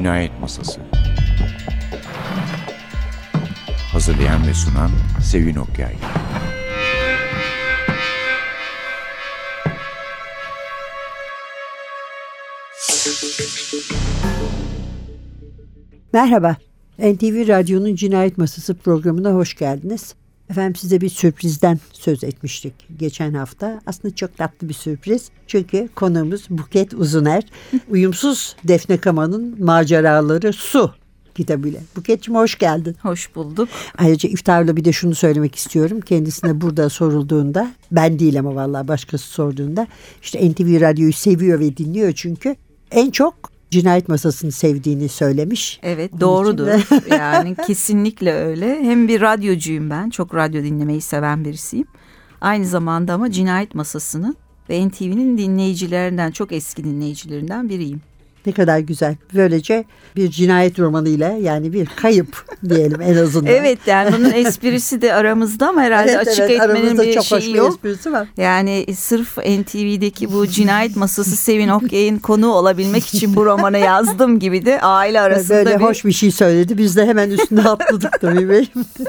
Cinayet Masası. Hazırlayan ve sunan Sevin Okyay. Merhaba, NTV Radyo'nun Cinayet Masası programına hoş geldiniz. Efendim, size bir sürprizden söz etmiştik geçen hafta. Aslında çok tatlı bir sürpriz. Çünkü konuğumuz Buket Uzuner. Uyumsuz Defne Kaman'ın Maceraları Su kitabıyla. Buket'ciğim hoş geldin. Hoş bulduk. Ayrıca iftarla bir de şunu söylemek istiyorum. Kendisine burada sorulduğunda, ben değil ama vallahi başkası sorduğunda, işte NTV Radyo'yu seviyor ve dinliyor çünkü. En çok Cinayet Masası'nı sevdiğini söylemiş. Evet, doğrudur. Yani kesinlikle öyle. Hem bir radyocuyum ben. Çok radyo dinlemeyi seven birisiyim. Aynı zamanda ama Cinayet Masası'nın ve NTV'nin dinleyicilerinden, çok eski dinleyicilerinden biriyim. Ne kadar güzel. Böylece bir cinayet romanıyla, yani bir kayıp diyelim en azından. Evet, yani bunun esprisi de aramızda ama herhalde evet, açık etmenin bir çok şeyi hoş yok. Bir esprisi var. Yani sırf NTV'deki bu Cinayet Masası Sevin Okyay'ın konuğu olabilmek için bu romanı yazdım gibi de aile arasında böyle hoş bir şey söyledi. Biz de hemen üstüne atladık tabii benim.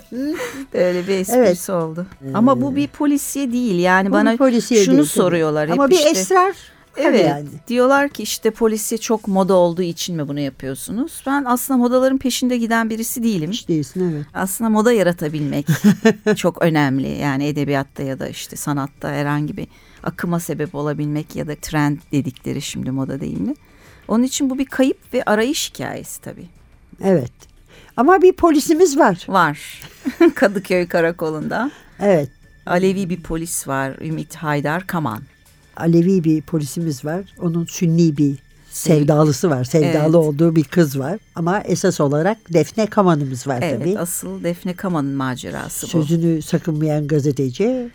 Öyle bir esprisi oldu. Ama bu bir polisiye değil. Yani Bu bana şunu değil, soruyorlar hep ama bir işte. esrar. Evet, yani. Diyorlar ki işte polisiye çok moda olduğu için mi bunu yapıyorsunuz? Ben aslında modaların peşinde giden birisi değilim. Hiç değilsin, evet. Aslında moda yaratabilmek çok önemli. Yani edebiyatta ya da işte sanatta herhangi bir akıma sebep olabilmek ya da trend dedikleri şimdi moda deyimli. Onun için bu bir kayıp ve arayış hikayesi tabii. Evet. Ama bir polisimiz var. Var. Kadıköy Karakolu'nda. Evet. Alevi bir polis var. Ümit Haydar Kaman. Alevi bir polisimiz var. Onun Sünni bir sevdalısı var. Sevdalı olduğu bir kız var. Ama esas olarak Defne Kaman'ımız var tabii. Evet, asıl Defne Kaman'ın macerası bu. Sözünü sakınmayan gazeteci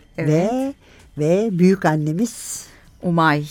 ve büyük annemiz Umay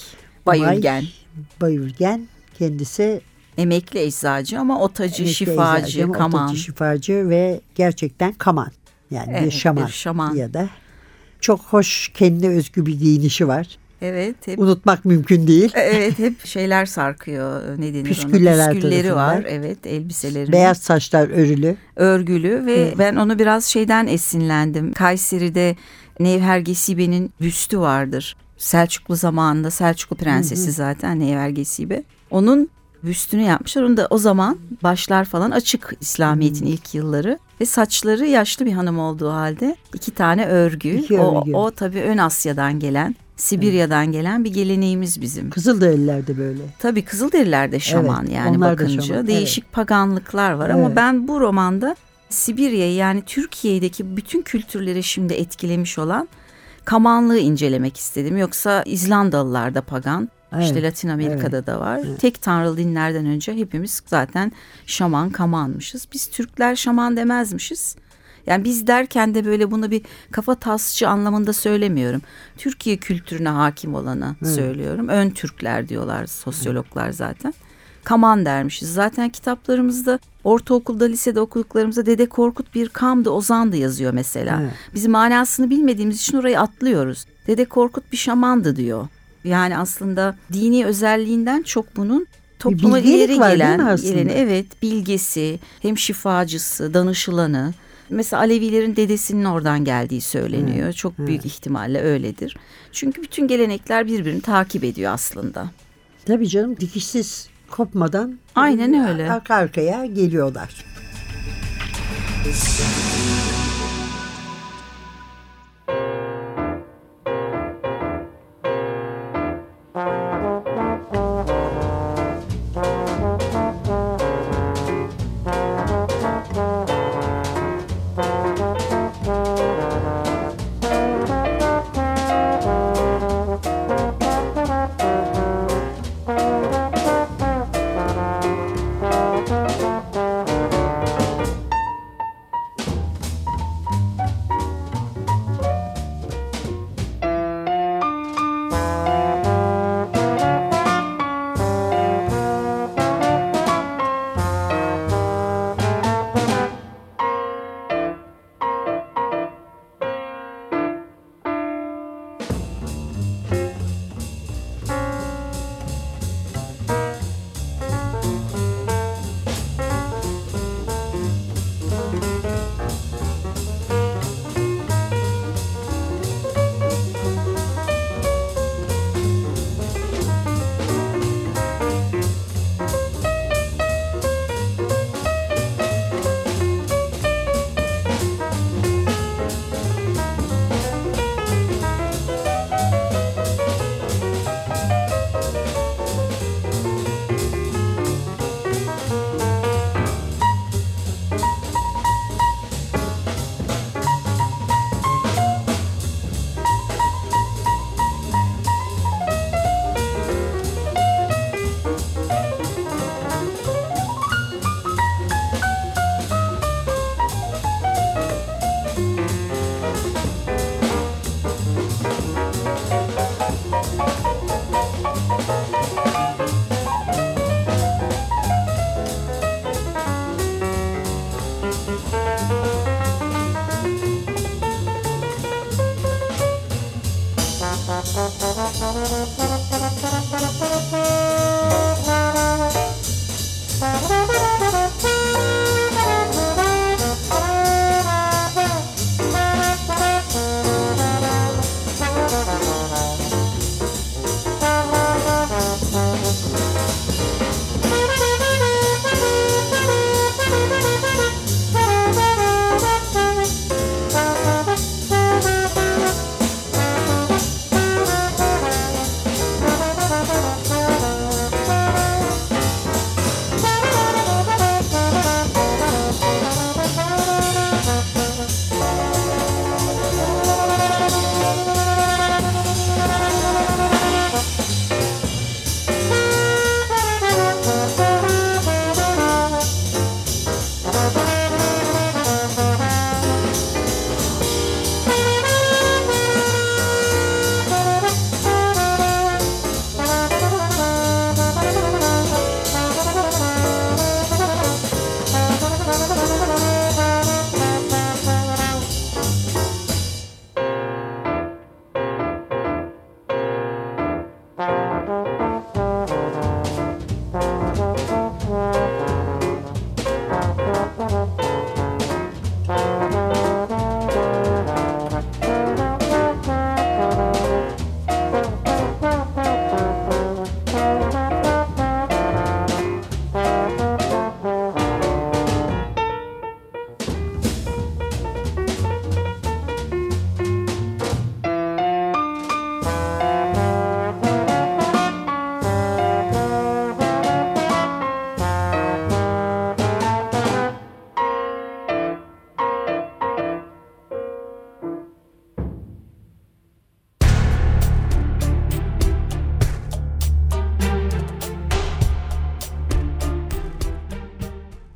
Bayülgen. Kendisi emekli eczacı ama otacı, şifacı, kaman. Otacı, şifacı ve gerçekten kaman. Yani bir şaman ya da çok hoş, kendine özgü bir giyinişi var. Evet. Hep, unutmak mümkün değil. Evet, hep şeyler sarkıyor. Ne denir ona? Püskülleri var. Evet, elbiseleri. Beyaz saçlar örgülü ve ben onu biraz şeyden esinlendim. Kayseri'de Nevher Gesibe'nin büstü vardır. Selçuklu zamanında, Selçuklu prensesi zaten Nevher Gesibe. Onun büstünü yapmışlar. Onu da o zaman başlar falan açık, İslamiyet'in ilk yılları ve saçları yaşlı bir hanım olduğu halde 2 tane örgü. O tabii Ön Asya'dan gelen, Sibirya'dan gelen bir geleneğimiz bizim. Kızılderililerde böyle. Tabii Kızılderililerde şaman, yani bakınca değişik paganlıklar var ama ben bu romanda Sibirya'yı, yani Türkiye'deki bütün kültürleri şimdi etkilemiş olan kamanlığı incelemek istedim. Yoksa İzlandalılar da pagan. İşte Latin Amerika'da da var. Tek tanrılı dinlerden önce hepimiz zaten şaman, kamanmışız. Biz Türkler şaman demezmişiz. Yani biz derken de böyle bunu bir kafa tasçı anlamında söylemiyorum. Türkiye kültürüne hakim olanı söylüyorum. Ön Türkler diyorlar sosyologlar zaten. Kaman dermişiz. Zaten kitaplarımızda, ortaokulda, lisede okuduklarımızda Dede Korkut bir kamdı, ozandı yazıyor mesela. Biz manasını bilmediğimiz için orayı atlıyoruz. Dede Korkut bir şamandı diyor. Yani aslında dini özelliğinden çok bunun topluma ileri gelen bilgesi, hem şifacısı, danışılanı. Mesela Alevilerin dedesinin oradan geldiği söyleniyor. Çok büyük ihtimalle öyledir. Çünkü bütün gelenekler birbirini takip ediyor aslında. Tabii canım, dikişsiz kopmadan aynen öyle. Arka arkaya geliyorlar.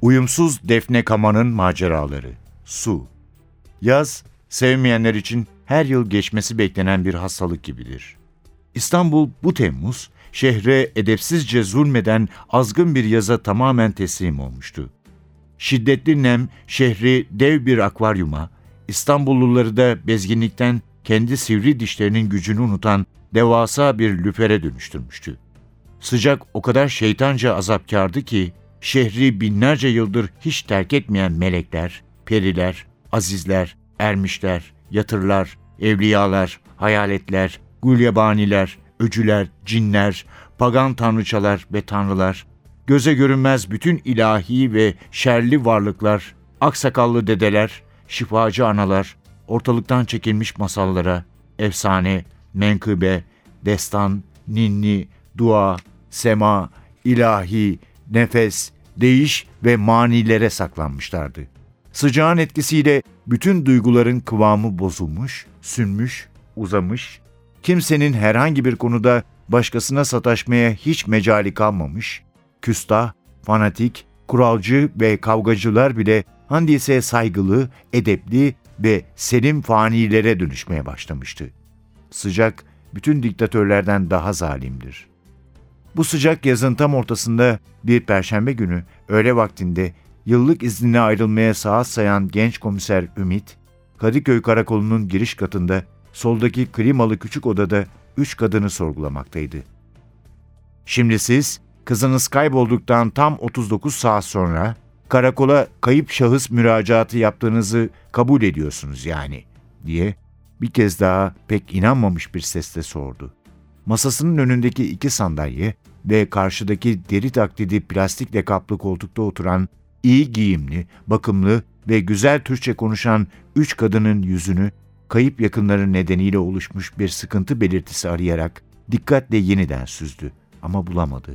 Uyumsuz Defne Kaman'ın maceraları. Su. Yaz, sevmeyenler için her yıl geçmesi beklenen bir hastalık gibidir. İstanbul bu Temmuz, şehre edepsizce zulmeden azgın bir yaza tamamen teslim olmuştu. Şiddetli nem şehri dev bir akvaryuma, İstanbulluları da bezginlikten kendi sivri dişlerinin gücünü unutan devasa bir lüfere dönüştürmüştü. Sıcak o kadar şeytanca azapkardı ki, şehri binlerce yıldır hiç terk etmeyen melekler, periler, azizler, ermişler, yatırlar, evliyalar, hayaletler, gulyabaniler, öcüler, cinler, pagan tanrıçalar ve tanrılar, göze görünmez bütün ilahi ve şerli varlıklar, aksakallı dedeler, şifacı analar, ortalıktan çekilmiş masallara, efsane, menkıbe, destan, ninni, dua, sema, ilahi, nefes, değiş ve manilere saklanmışlardı. Sıcağın etkisiyle bütün duyguların kıvamı bozulmuş, sünmüş, uzamış, kimsenin herhangi bir konuda başkasına sataşmaya hiç mecali kalmamış, küstah, fanatik, kuralcı ve kavgacılar bile handise saygılı, edepli ve selim fanilere dönüşmeye başlamıştı. Sıcak, bütün diktatörlerden daha zalimdir. Bu sıcak yazın tam ortasında bir perşembe günü öğle vaktinde yıllık iznine ayrılmaya saat sayan genç komiser Ümit, Kadıköy Karakolu'nun giriş katında soldaki klimalı küçük odada 3 kadını sorgulamaktaydı. Şimdi siz, kızınız kaybolduktan tam 39 saat sonra karakola kayıp şahıs müracaatı yaptığınızı kabul ediyorsunuz yani, diye bir kez daha pek inanmamış bir sesle sordu. Masasının önündeki 2 sandalye ve karşıdaki deri taklidi plastikle kaplı koltukta oturan, iyi giyimli, bakımlı ve güzel Türkçe konuşan 3 kadının yüzünü kayıp yakınları nedeniyle oluşmuş bir sıkıntı belirtisi arayarak dikkatle yeniden süzdü ama bulamadı.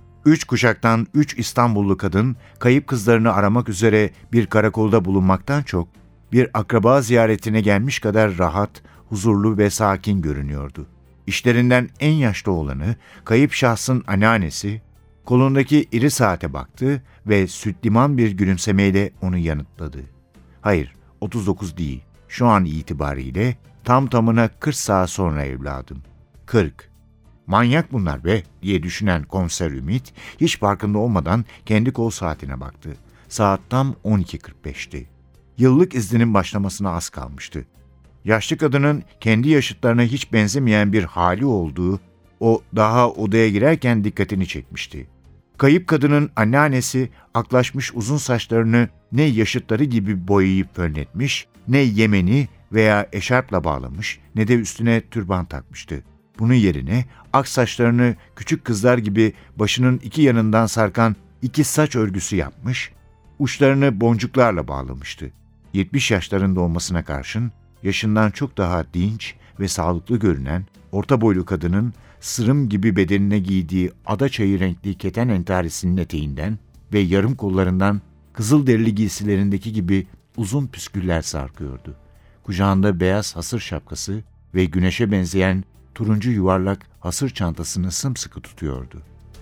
3 kuşaktan 3 İstanbullu kadın kayıp kızlarını aramak üzere bir karakolda bulunmaktan çok bir akraba ziyaretine gelmiş kadar rahat, huzurlu ve sakin görünüyordu. İşlerinden en yaşlı olanı, kayıp şahsın anneannesi, kolundaki iri saate baktı ve sütliman bir gülümsemeyle onu yanıtladı. Hayır, 39 değil, şu an itibariyle tam tamına 40 saat sonra evladım. 40. Manyak bunlar be, diye düşünen komiser Ümit, hiç farkında olmadan kendi kol saatine baktı. Saat tam 12.45'ti. Yıllık izninin başlamasına az kalmıştı. Yaşlı kadının kendi yaşıtlarına hiç benzemeyen bir hali olduğu, o daha odaya girerken dikkatini çekmişti. Kayıp kadının anneannesi aklaşmış uzun saçlarını ne yaşıtları gibi boyayıp fönletmiş, ne yemeni veya eşarpla bağlamış, ne de üstüne türban takmıştı. Bunun yerine ak saçlarını küçük kızlar gibi başının 2 yanından sarkan 2 saç örgüsü yapmış, uçlarını boncuklarla bağlamıştı. 70 yaşlarında olmasına karşın, yaşından çok daha dinç ve sağlıklı görünen orta boylu kadının sırım gibi bedenine giydiği adaçayı renkli keten entarisinin eteğinden ve yarım kollarından kızılderili giysilerindeki gibi uzun püsküller sarkıyordu. Kucağında beyaz hasır şapkası ve güneşe benzeyen turuncu yuvarlak hasır çantasını sımsıkı tutuyordu.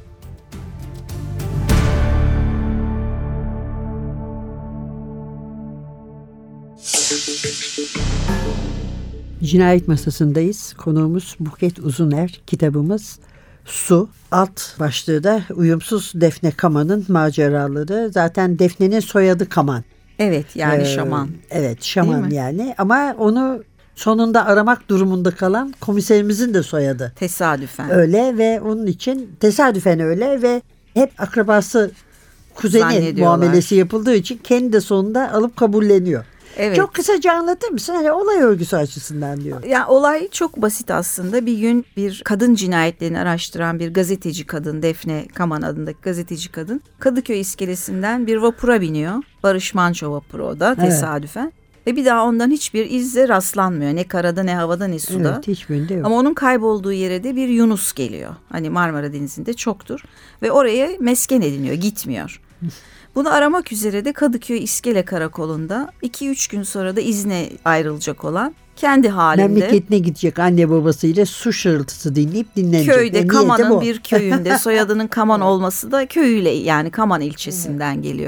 Cinayet Masası'ndayız. Konuğumuz Buket Uzuner. Kitabımız Su. Alt başlığı da Uyumsuz Defne Kaman'ın maceraları. Zaten Defne'nin soyadı Kaman. Evet, yani şaman. Evet, şaman yani. Ama onu sonunda aramak durumunda kalan komiserimizin de soyadı. Tesadüfen. Öyle ve onun için tesadüfen öyle ve hep akrabası, kuzeni muamelesi yapıldığı için kendi de sonunda alıp kabulleniyor. Evet. Çok kısaca anlatır mısın? Hani olay örgüsü açısından diyor. Ya olay çok basit aslında. Bir gün bir kadın cinayetlerini araştıran bir gazeteci kadın, Defne Kaman adındaki gazeteci kadın, Kadıköy iskelesinden bir vapura biniyor. Barış Manço vapuru o da tesadüfen. Evet. Ve bir daha ondan hiçbir izle rastlanmıyor. Ne karada, ne havada, ne suda. Evet, hiçbirinde yok. Ama onun kaybolduğu yere de bir Yunus geliyor. Hani Marmara Denizi'nde çoktur. Ve oraya mesken ediniyor, gitmiyor. Bunu aramak üzere de Kadıköy İskele Karakolu'nda 2-3 gün sonra da izne ayrılacak olan, kendi halinde memleketine gidecek anne babasıyla su şırıltısı dinleyip dinlenecek. Köyde, Kaman'ın bir köyünde, soyadının Kaman olması da köyüyle, yani Kaman ilçesinden geliyor.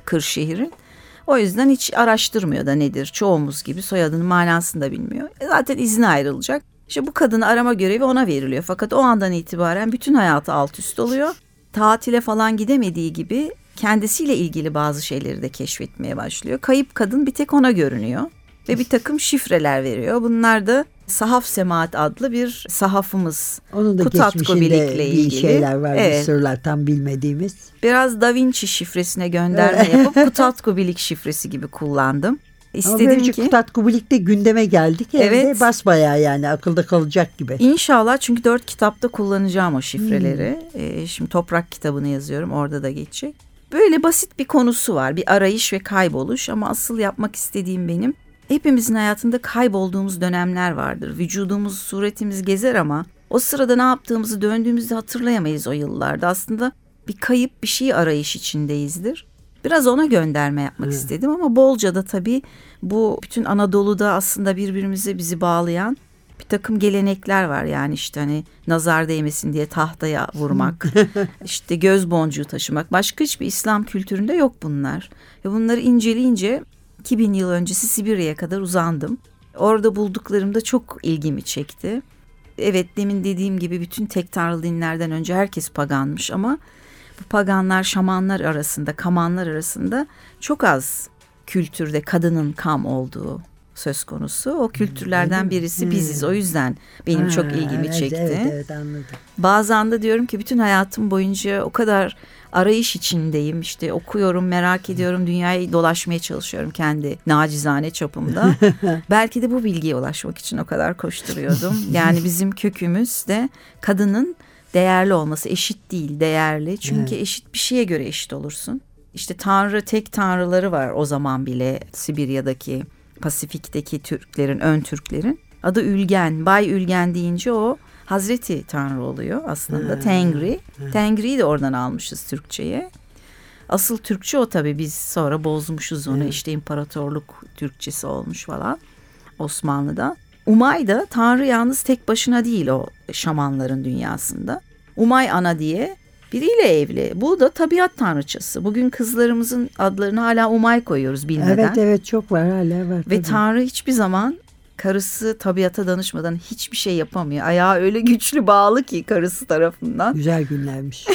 Kırşehir'in. O yüzden hiç araştırmıyor da nedir. Çoğumuz gibi soyadının manasını da bilmiyor. Zaten izne ayrılacak. İşte bu kadını arama görevi ona veriliyor. Fakat o andan itibaren bütün hayatı alt üst oluyor. Tatile falan gidemediği gibi kendisiyle ilgili bazı şeyleri de keşfetmeye başlıyor. Kayıp kadın bir tek ona görünüyor ve bir takım şifreler veriyor. Bunlar da Sahaf Semaat adlı bir sahafımız. Onun da geçmişinde bir şeyler var, evet. Bir sırlar tam bilmediğimiz. Biraz Da Vinci şifresine gönderme yapıp Kutatkubilik şifresi gibi kullandım. İstedim ama ki Kutatkubilik de gündeme geldik. Evet. Basbayağı yani akılda kalacak gibi. İnşallah, çünkü 4 kitapta kullanacağım o şifreleri. Şimdi Toprak kitabını yazıyorum, orada da geçecek. Böyle basit bir konusu var, bir arayış ve kayboluş, ama asıl yapmak istediğim benim, hepimizin hayatında kaybolduğumuz dönemler vardır. Vücudumuz, suretimiz gezer ama o sırada ne yaptığımızı döndüğümüzde hatırlayamayız o yıllarda. Aslında bir kayıp, bir şey arayış içindeyizdir. Biraz ona gönderme yapmak istedim ama bolca da tabii bu bütün Anadolu'da aslında birbirimize bizi bağlayan bir takım gelenekler var. Yani işte hani nazar değmesin diye tahtaya vurmak, işte göz boncuğu taşımak. Başka hiçbir İslam kültüründe yok bunlar. Ve bunları inceleyince 2000 yıl öncesi Sibirya'ya kadar uzandım. Orada bulduklarım da çok ilgimi çekti. Evet, demin dediğim gibi bütün tek tanrılı dinlerden önce herkes paganmış ama bu paganlar, şamanlar arasında, kamanlar arasında çok az kültürde kadının kam olduğu söz konusu. O kültürlerden birisi biziz. O yüzden benim çok ilgimi çekti. Evet, anladım. Bazen de diyorum ki bütün hayatım boyunca o kadar arayış içindeyim. İşte okuyorum, merak ediyorum, dünyayı dolaşmaya çalışıyorum kendi nacizane çapımda. Belki de bu bilgiye ulaşmak için o kadar koşturuyordum. Yani bizim kökümüz de kadının değerli olması, eşit değil, değerli. Çünkü eşit bir şeye göre eşit olursun. İşte tanrı, tek tanrıları var o zaman bile Sibirya'daki, Pasifik'teki Türklerin, ön Türklerin. Adı Ülgen, Bay Ülgen deyince o Hazreti Tanrı oluyor aslında. Tengri. Tengri'yi de oradan almışız Türkçe'ye. Asıl Türkçe o tabii, biz sonra bozmuşuz onu. İşte imparatorluk Türkçesi olmuş falan Osmanlı'da. Umay da Tanrı yalnız tek başına değil o şamanların dünyasında. Umay Ana diye biriyle evli. Bu da tabiat tanrıçası. Bugün kızlarımızın adlarını hala Umay koyuyoruz bilmeden. Evet çok var, hala var. Ve Tanrı hiçbir zaman karısı tabiata danışmadan hiçbir şey yapamıyor. Ayağı öyle güçlü bağlı ki karısı tarafından. Güzel günlermiş.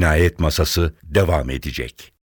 Cinayet Masası devam edecek.